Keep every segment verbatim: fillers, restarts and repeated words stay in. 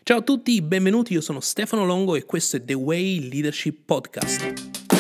Ciao a tutti, benvenuti, io sono Stefano Longo e questo è The Way Leadership Podcast.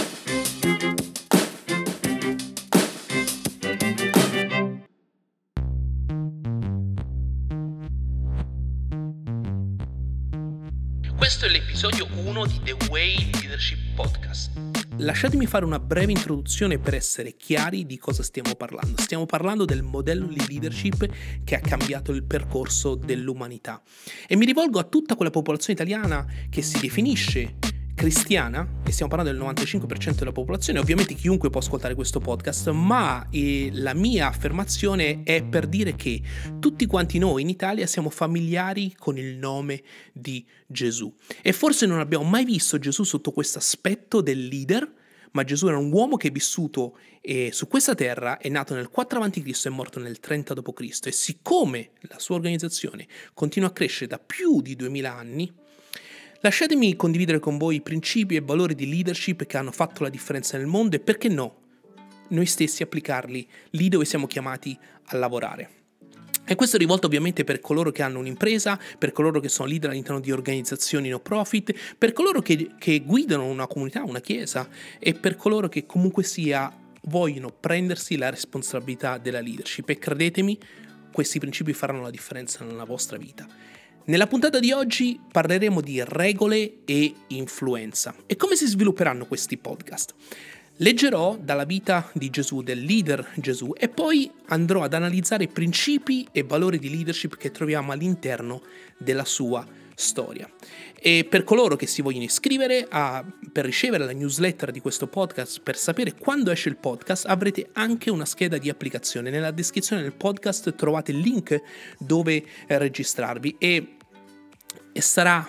Questo è l'episodio uno di The Way Leadership Podcast. Lasciatemi fare una breve introduzione per essere chiari di cosa stiamo parlando. Stiamo parlando del modello di leadership che ha cambiato il percorso dell'umanità. E mi rivolgo a tutta quella popolazione italiana che si definisce cristiana, e stiamo parlando del novantacinque per cento della popolazione, ovviamente chiunque può ascoltare questo podcast, ma eh, la mia affermazione è per dire che tutti quanti noi in Italia siamo familiari con il nome di Gesù. E forse non abbiamo mai visto Gesù sotto questo aspetto del leader, ma Gesù era un uomo che è vissuto eh, su questa terra, è nato nel quattro avanti Cristo e è morto nel trenta dopo Cristo. E siccome la sua organizzazione continua a crescere da più di duemila anni, lasciatemi condividere con voi i principi e valori di leadership che hanno fatto la differenza nel mondo e, perché no, noi stessi applicarli lì dove siamo chiamati a lavorare. E questo è rivolto ovviamente per coloro che hanno un'impresa, per coloro che sono leader all'interno di organizzazioni no profit, per coloro che, che guidano una comunità, una chiesa e per coloro che comunque sia vogliono prendersi la responsabilità della leadership. E credetemi, questi principi faranno la differenza nella vostra vita. Nella puntata di oggi parleremo di regole e influenza. E come si svilupperanno questi podcast? Leggerò dalla vita di Gesù, del leader Gesù, e poi andrò ad analizzare principi e valori di leadership che troviamo all'interno della sua storia. E per coloro che si vogliono iscrivere a, per ricevere la newsletter di questo podcast, per sapere quando esce il podcast, avrete anche una scheda di applicazione. Nella descrizione del podcast trovate il link dove eh, registrarvi e, e sarà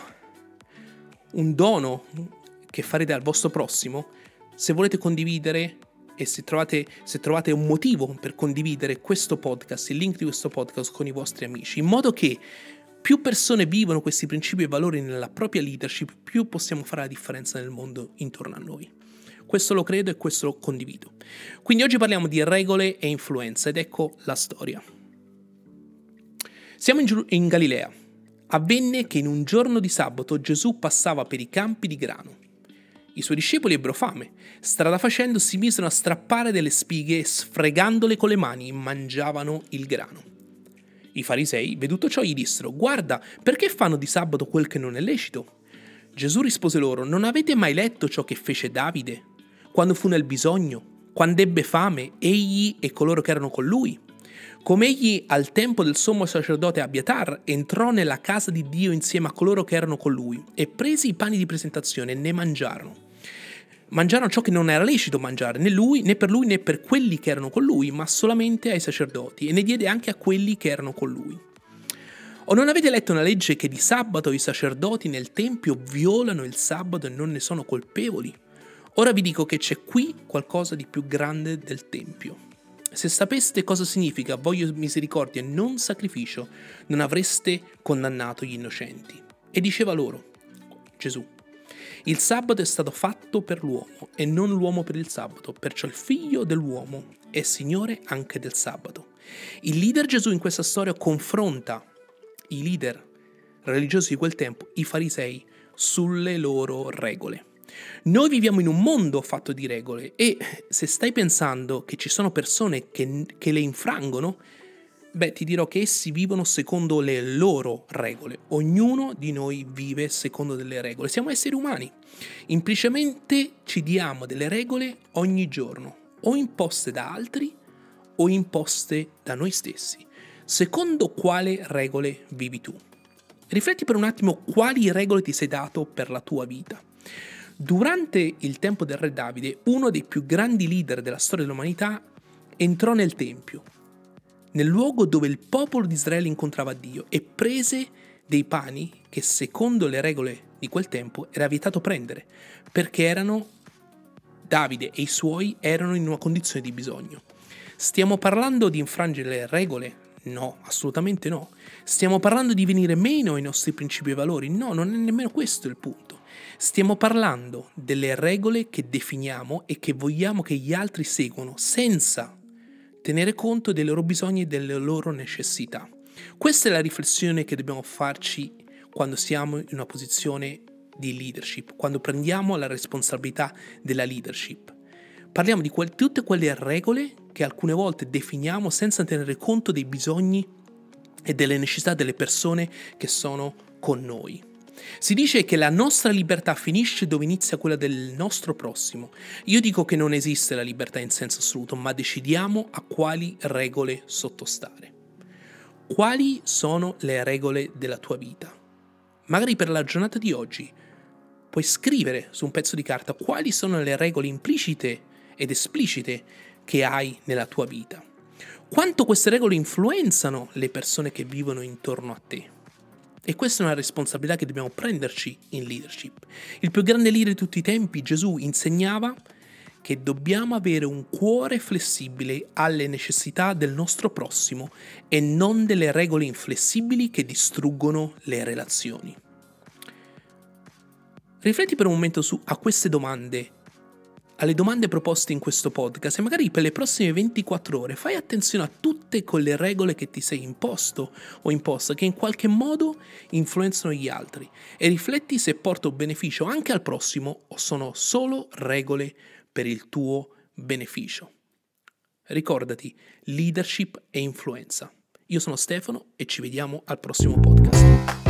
un dono che farete al vostro prossimo se volete condividere e se trovate, se trovate un motivo per condividere questo podcast, il link di questo podcast con i vostri amici, in modo che più persone vivono questi principi e valori nella propria leadership, più possiamo fare la differenza nel mondo intorno a noi. Questo lo credo e questo lo condivido. Quindi oggi parliamo di regole e influenza ed ecco la storia. Siamo in, Giu- in Galilea. Avvenne che in un giorno di sabato Gesù passava per i campi di grano. I suoi discepoli ebbero fame. Strada facendo si misero a strappare delle spighe e sfregandole con le mani mangiavano il grano. I farisei, veduto ciò, gli dissero: «Guarda, perché fanno di sabato quel che non è lecito?» Gesù rispose loro: «Non avete mai letto ciò che fece Davide? Quando fu nel bisogno, quando ebbe fame, egli e coloro che erano con lui? Come egli al tempo del sommo sacerdote Abiatar entrò nella casa di Dio insieme a coloro che erano con lui e presi i pani di presentazione e ne mangiarono. Mangiarono ciò che non era lecito mangiare, né lui, né per lui, né per quelli che erano con lui, ma solamente ai sacerdoti, e ne diede anche a quelli che erano con lui. O non avete letto una legge che di sabato i sacerdoti nel tempio violano il sabato e non ne sono colpevoli? Ora vi dico che c'è qui qualcosa di più grande del tempio. Se sapeste cosa significa voglio misericordia e non sacrificio, non avreste condannato gli innocenti. E diceva loro, Gesù: il sabato è stato fatto per l'uomo e non l'uomo per il sabato, perciò il figlio dell'uomo è Signore anche del sabato. Il leader Gesù in questa storia confronta i leader religiosi di quel tempo, i farisei, sulle loro regole. Noi viviamo in un mondo fatto di regole e se stai pensando che ci sono persone che, che le infrangono, beh, ti dirò che essi vivono secondo le loro regole. Ognuno di noi vive secondo delle regole. Siamo esseri umani. Implicitamente ci diamo delle regole ogni giorno, o imposte da altri o imposte da noi stessi. Secondo quale regole vivi tu? Rifletti per un attimo quali regole ti sei dato per la tua vita. Durante il tempo del re Davide, uno dei più grandi leader della storia dell'umanità entrò nel Tempio, nel luogo dove il popolo di Israele incontrava Dio, e prese dei pani che secondo le regole di quel tempo era vietato prendere, perché erano Davide e i suoi erano in una condizione di bisogno. Stiamo parlando di infrangere le regole? No, assolutamente no. Stiamo parlando di venire meno ai nostri principi e valori? No, non è nemmeno questo il punto. Stiamo parlando delle regole che definiamo e che vogliamo che gli altri seguano senza tenere conto dei loro bisogni e delle loro necessità. Questa è la riflessione che dobbiamo farci quando siamo in una posizione di leadership, quando prendiamo la responsabilità della leadership. Parliamo di que- tutte quelle regole che alcune volte definiamo senza tenere conto dei bisogni e delle necessità delle persone che sono con noi. Si dice che la nostra libertà finisce dove inizia quella del nostro prossimo. Io dico che non esiste la libertà in senso assoluto, ma decidiamo a quali regole sottostare. Quali sono le regole della tua vita? Magari per la giornata di oggi puoi scrivere su un pezzo di carta quali sono le regole implicite ed esplicite che hai nella tua vita. Quanto queste regole influenzano le persone che vivono intorno a te. E questa è una responsabilità che dobbiamo prenderci in leadership. Il più grande leader di tutti i tempi, Gesù, insegnava che dobbiamo avere un cuore flessibile alle necessità del nostro prossimo e non delle regole inflessibili che distruggono le relazioni. Rifletti per un momento su a queste domande, alle domande proposte in questo podcast e magari per le prossime ventiquattro ore fai attenzione a tutte quelle regole che ti sei imposto o imposta che in qualche modo influenzano gli altri e rifletti se portano beneficio anche al prossimo o sono solo regole per il tuo beneficio. Ricordati, leadership e influenza. Io sono Stefano e ci vediamo al prossimo podcast.